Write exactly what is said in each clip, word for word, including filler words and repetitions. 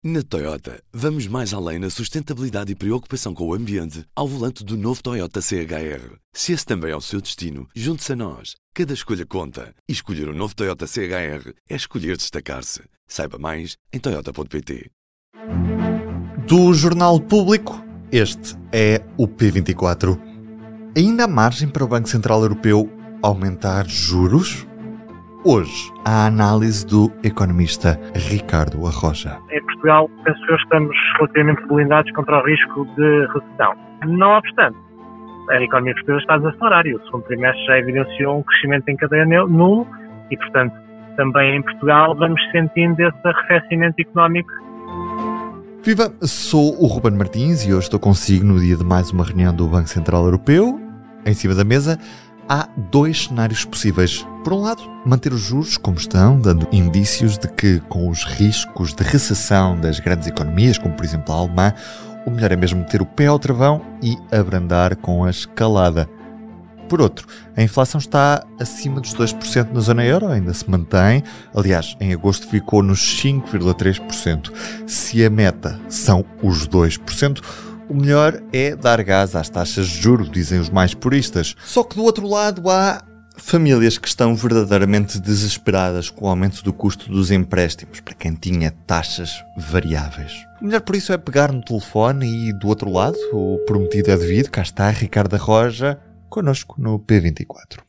Na Toyota, vamos mais além na sustentabilidade e preocupação com o ambiente ao volante do novo Toyota C H R. Se esse também é o seu destino, junte-se a nós. Cada escolha conta. E escolher o novo Toyota C H R é escolher destacar-se. Saiba mais em toyota ponto pt. Do Jornal Público, este é o P vinte e quatro. Ainda há margem para o Banco Central Europeu aumentar juros? Hoje, a análise do economista Ricardo Arroja. Em Portugal, penso que estamos relativamente blindados contra o risco de recessão. Não obstante, a economia portuguesa está a desacelerar e o segundo trimestre já evidenciou um crescimento em cadeia nulo e, portanto, também em Portugal vamos sentindo esse arrefecimento económico. Viva, sou o Ruben Martins e hoje estou consigo no dia de mais uma reunião do Banco Central Europeu. Em cima da mesa, há dois cenários possíveis. Por um lado, manter os juros como estão, dando indícios de que, com os riscos de recessão das grandes economias, como por exemplo a alemã, o melhor é mesmo meter o pé ao travão e abrandar com a escalada. Por outro, a inflação está acima dos dois por cento na zona euro, ainda se mantém. Aliás, em agosto ficou nos cinco vírgula três por cento. Se a meta são os dois por cento, o melhor é dar gás às taxas de juros, dizem os mais puristas. Só que do outro lado há famílias que estão verdadeiramente desesperadas com o aumento do custo dos empréstimos para quem tinha taxas variáveis. O melhor por isso é pegar no telefone e do outro lado, o prometido é devido, cá está Ricardo Arroja, connosco no P vinte e quatro.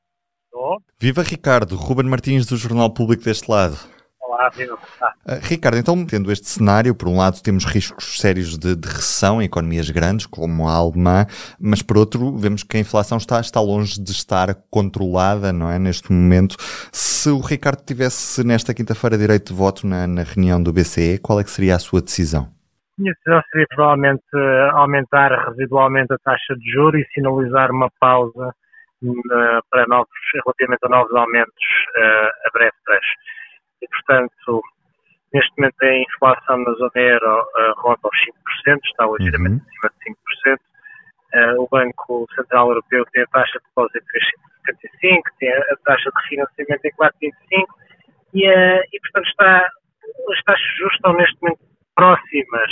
Estou. Viva Ricardo, Ruben Martins do Jornal Público deste lado. Olá, viva. Ah. Uh, Ricardo, então, tendo este cenário, por um lado temos riscos sérios de, de recessão em economias grandes, como a alemã, mas por outro vemos que a inflação está, está longe de estar controlada, não é, neste momento. Se o Ricardo tivesse nesta quinta-feira direito de voto na, na reunião do B C E, qual é que seria a sua decisão? A minha decisão seria provavelmente aumentar residualmente a taxa de juros e sinalizar uma pausa uh, para novos, relativamente a novos aumentos uh, a breve trecho. E, portanto, neste momento a inflação na zona euro uh, ronda os cinco por cento, está ligeiramente uhum. acima de cinco por cento. Uh, o Banco Central Europeu tem a taxa de depósito em três vírgula setenta e cinco por cento, tem a taxa de refinanciamento em quatro vírgula vinte e cinco por cento e, uh, e portanto, está, as taxas de juros estão neste momento próximas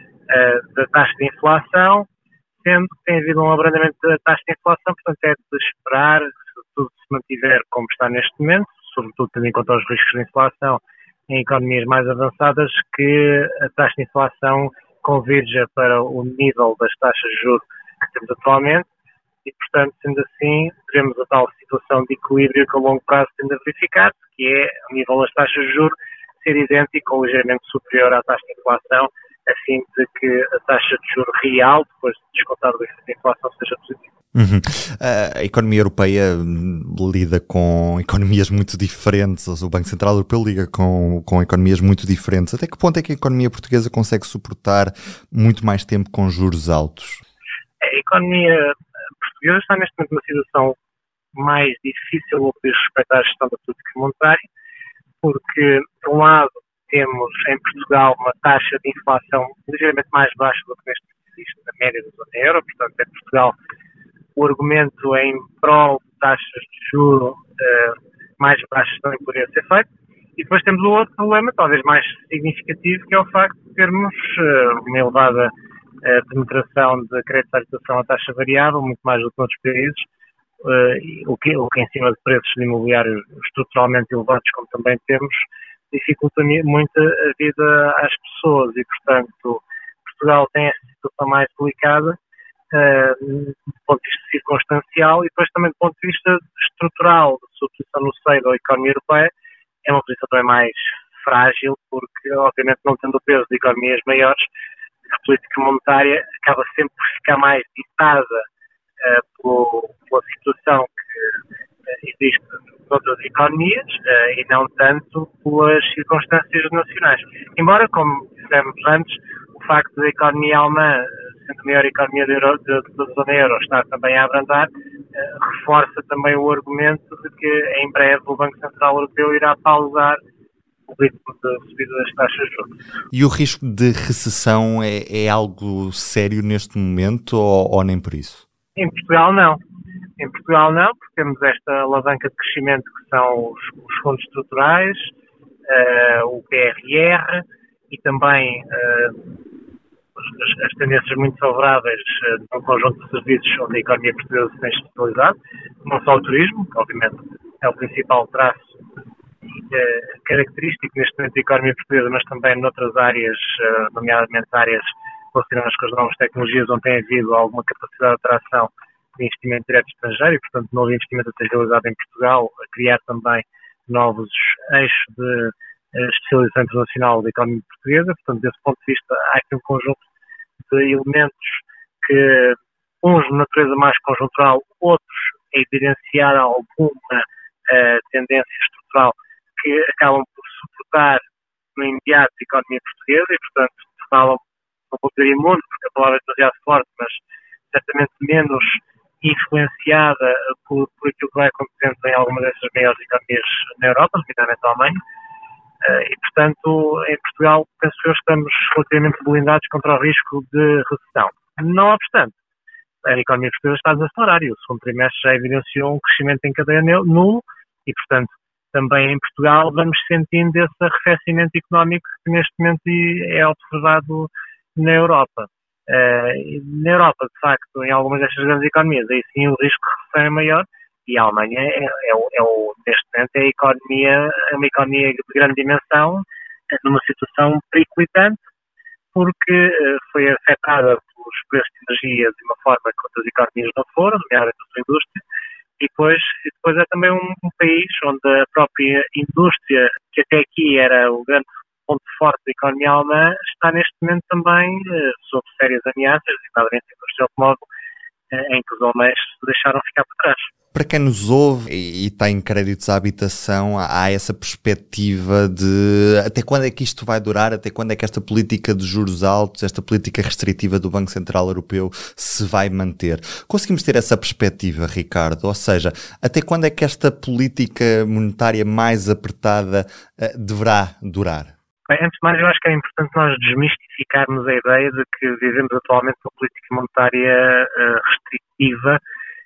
uh, da taxa de inflação, sendo que tem havido um abrandamento da taxa de inflação, portanto é de esperar, se tudo se mantiver como está neste momento, sobretudo tendo em conta os riscos de inflação em economias mais avançadas, que a taxa de inflação converja para o nível das taxas de juros que temos atualmente e, portanto, sendo assim, teremos a tal situação de equilíbrio que a longo prazo tende a verificar, que é o nível das taxas de juros ser idêntico ou ligeiramente superior à taxa de inflação, a fim de que a taxa de juros real, depois de descontar o efeito da inflação, seja positiva. Uhum. A economia europeia lida com economias muito diferentes, o Banco Central Europeu liga com, com economias muito diferentes. Até que ponto é que a economia portuguesa consegue suportar muito mais tempo com juros altos? A economia portuguesa está neste momento numa situação mais difícil no que diz respeito à gestão da política monetária, porque, por um lado, temos em Portugal uma taxa de inflação ligeiramente mais baixa do que neste momento existe na média da zona euro, portanto, em Portugal o argumento em prol de taxas de juros uh, mais baixas também poderia ser feito. E depois temos o outro problema, talvez mais significativo, que é o facto de termos uh, uma elevada uh, penetração de crédito à habitação a taxa variável, muito mais do que noutros países, uh, o, que, o que em cima de preços de imobiliário estruturalmente elevados, como também temos, dificulta muito a vida às pessoas e, portanto, Portugal tem esta situação mais delicada, Uh, do ponto de vista circunstancial e depois também do ponto de vista estrutural da sua posição no seio da economia europeia, é uma posição também mais frágil porque, obviamente, não tendo o peso de economias maiores, a política monetária acaba sempre por ficar mais ditada uh, por, pela situação que uh, existe noutras economias uh, e não tanto pelas circunstâncias nacionais. Embora, como dissemos antes, o facto da economia alemã, sendo a maior economia da, Euro, da, da zona euro, estar também a abrandar, uh, reforça também o argumento de que em breve o Banco Central Europeu irá pausar o ritmo de subida das taxas de juros. E o risco de recessão é, é algo sério neste momento ou, ou nem por isso? Em Portugal não. Em Portugal não, porque temos esta alavanca de crescimento que são os, os fundos estruturais, uh, o P R R, e também uh, as, as tendências muito favoráveis uh, num conjunto de serviços onde a economia portuguesa se tem especializado, não só o turismo, que obviamente é o principal traço uh, característico neste momento da economia portuguesa, mas também noutras áreas, uh, nomeadamente áreas relacionadas com as novas tecnologias, onde tem havido alguma capacidade de atração de investimento direto estrangeiro e, portanto, novo investimento a ser realizado em Portugal, a criar também novos eixos de especialização internacional da economia portuguesa. Portanto, desse ponto de vista, há aqui um conjunto de elementos que, uns de natureza mais conjuntural, outros a evidenciar alguma uh, tendência estrutural que acabam por suportar no imediato a economia portuguesa e, portanto, falam, não vou dizer imune, porque a palavra é demasiado forte, mas certamente menos influenciada por, por aquilo que vai acontecendo em algumas dessas maiores economias na Europa, nomeadamente a Alemanha. Uh, e, portanto, em Portugal, penso que estamos relativamente blindados contra o risco de recessão. Não obstante, a economia portuguesa está a desacelerar e o segundo trimestre já evidenciou um crescimento em cadeia nulo e, portanto, também em Portugal vamos sentindo esse arrefecimento económico que neste momento é observado na Europa. Uh, na Europa, de facto, em algumas destas grandes economias, aí sim o risco de recessão é maior. E a Alemanha é, é, o, é o, neste momento, é a economia, é uma economia de grande dimensão, numa situação periclitante, porque uh, foi afetada pelos preços de energia de uma forma que outras economias não foram, nomeadamente a sua indústria, e depois, e depois é também um, um país onde a própria indústria, que até aqui era o grande ponto forte da economia alemã, está neste momento também uh, sob sérias ameaças, designadamente a indústria automóvel, uh, em que os alemães se deixaram ficar por trás. Para quem nos ouve e, e tem créditos à habitação, há essa perspectiva de até quando é que isto vai durar, até quando é que esta política de juros altos, esta política restritiva do Banco Central Europeu se vai manter. Conseguimos ter essa perspectiva, Ricardo? Ou seja, até quando é que esta política monetária mais apertada uh, deverá durar? Bem, antes de mais, eu acho que é importante nós desmistificarmos a ideia de que vivemos atualmente uma política monetária uh, restritiva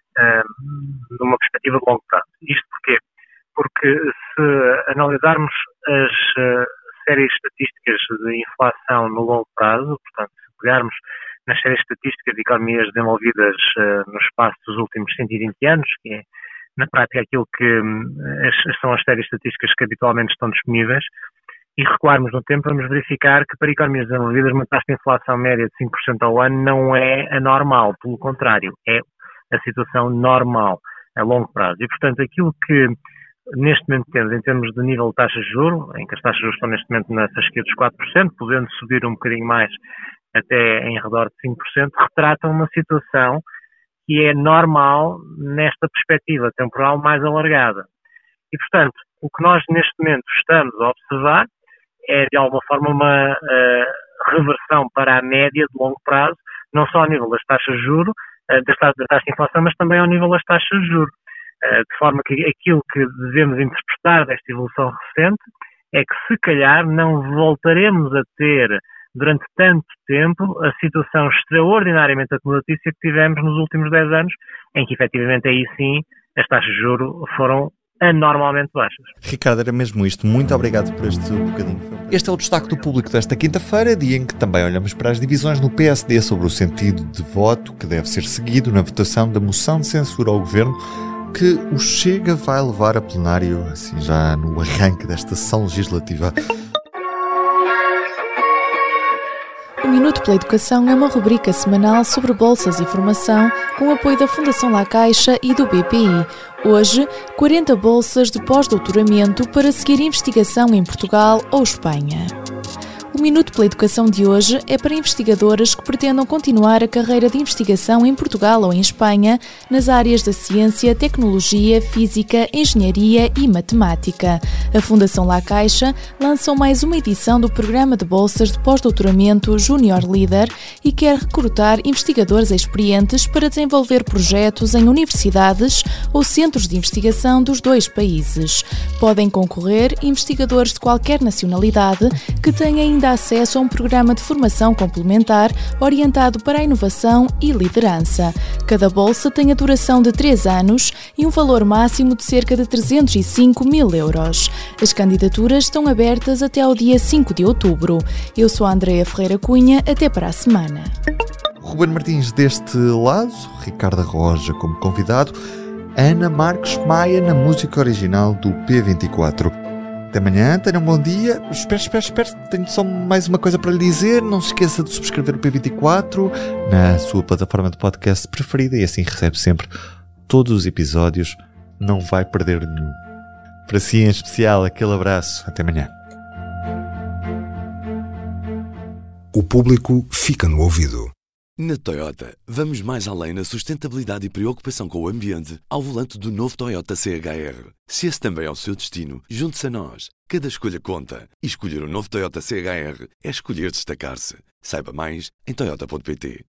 uh, numa perspectiva de longo prazo. Isto porquê? Porque se analisarmos as uh, séries estatísticas de inflação no longo prazo, portanto, se pegarmos nas séries estatísticas de economias desenvolvidas uh, no espaço dos últimos cento e vinte anos, que é, na prática, aquilo que um, as, são as séries estatísticas que habitualmente estão disponíveis, e recuarmos no tempo, vamos verificar que para economias desenvolvidas uma taxa de inflação média de cinco por cento ao ano não é anormal, pelo contrário, é a situação normal a longo prazo. E, portanto, aquilo que neste momento temos em termos de nível de taxas de juros, em que as taxas de juros estão neste momento na fasquia dos quatro por cento, podendo subir um bocadinho mais até em redor de cinco por cento, retratam uma situação que é normal nesta perspectiva temporal mais alargada. E, portanto, o que nós neste momento estamos a observar é, de alguma forma, uma uh, reversão para a média de longo prazo, não só ao nível das taxas de juros, uh, das taxas, da taxa de inflação, mas também ao nível das taxas de juros. Uh, de forma que aquilo que devemos interpretar desta evolução recente é que, se calhar, não voltaremos a ter, durante tanto tempo, a situação extraordinariamente acomodatícia que tivemos nos últimos dez anos, em que, efetivamente, aí sim, as taxas de juros foram anormalmente baixas. Ricardo, era mesmo isto. Muito obrigado por este bocadinho. Este é o destaque do público desta quinta-feira, dia em que também olhamos para as divisões no P S D sobre o sentido de voto que deve ser seguido na votação da moção de censura ao Governo que o Chega vai levar a plenário, assim já no arranque desta sessão legislativa. O Minuto pela Educação é uma rubrica semanal sobre bolsas e formação com o apoio da Fundação La Caixa e do B P I. Hoje, quarenta bolsas de pós-doutoramento para seguir investigação em Portugal ou Espanha. O Minuto pela Educação de hoje é para investigadoras que pretendam continuar a carreira de investigação em Portugal ou em Espanha nas áreas da ciência, tecnologia, física, engenharia e matemática. A Fundação La Caixa lançou mais uma edição do programa de bolsas de pós-doutoramento Junior Leader e quer recrutar investigadores experientes para desenvolver projetos em universidades ou centros de investigação dos dois países. Podem concorrer investigadores de qualquer nacionalidade que tenham ainda terá acesso a um programa de formação complementar orientado para a inovação e liderança. Cada bolsa tem a duração de três anos e um valor máximo de cerca de trezentos e cinco mil euros. As candidaturas estão abertas até ao dia cinco de outubro. Eu sou a Andreia Ferreira Cunha, até para a semana. Ruben Martins deste lado, Ricardo Roja como convidado, Ana Marques Maia na música original do P vinte e quatro. Até amanhã, tenham um bom dia. Espera, espera, espera, tenho só mais uma coisa para lhe dizer. Não se esqueça de subscrever o P vinte e quatro na sua plataforma de podcast preferida e assim recebe sempre todos os episódios. Não vai perder nenhum. Para si em especial, aquele abraço. Até amanhã. O público fica no ouvido. Na Toyota, vamos mais além na sustentabilidade e preocupação com o ambiente ao volante do novo Toyota C H R. Se esse também é o seu destino, junte-se a nós. Cada escolha conta. E escolher o novo Toyota C H R é escolher destacar-se. Saiba mais em toyota ponto pt.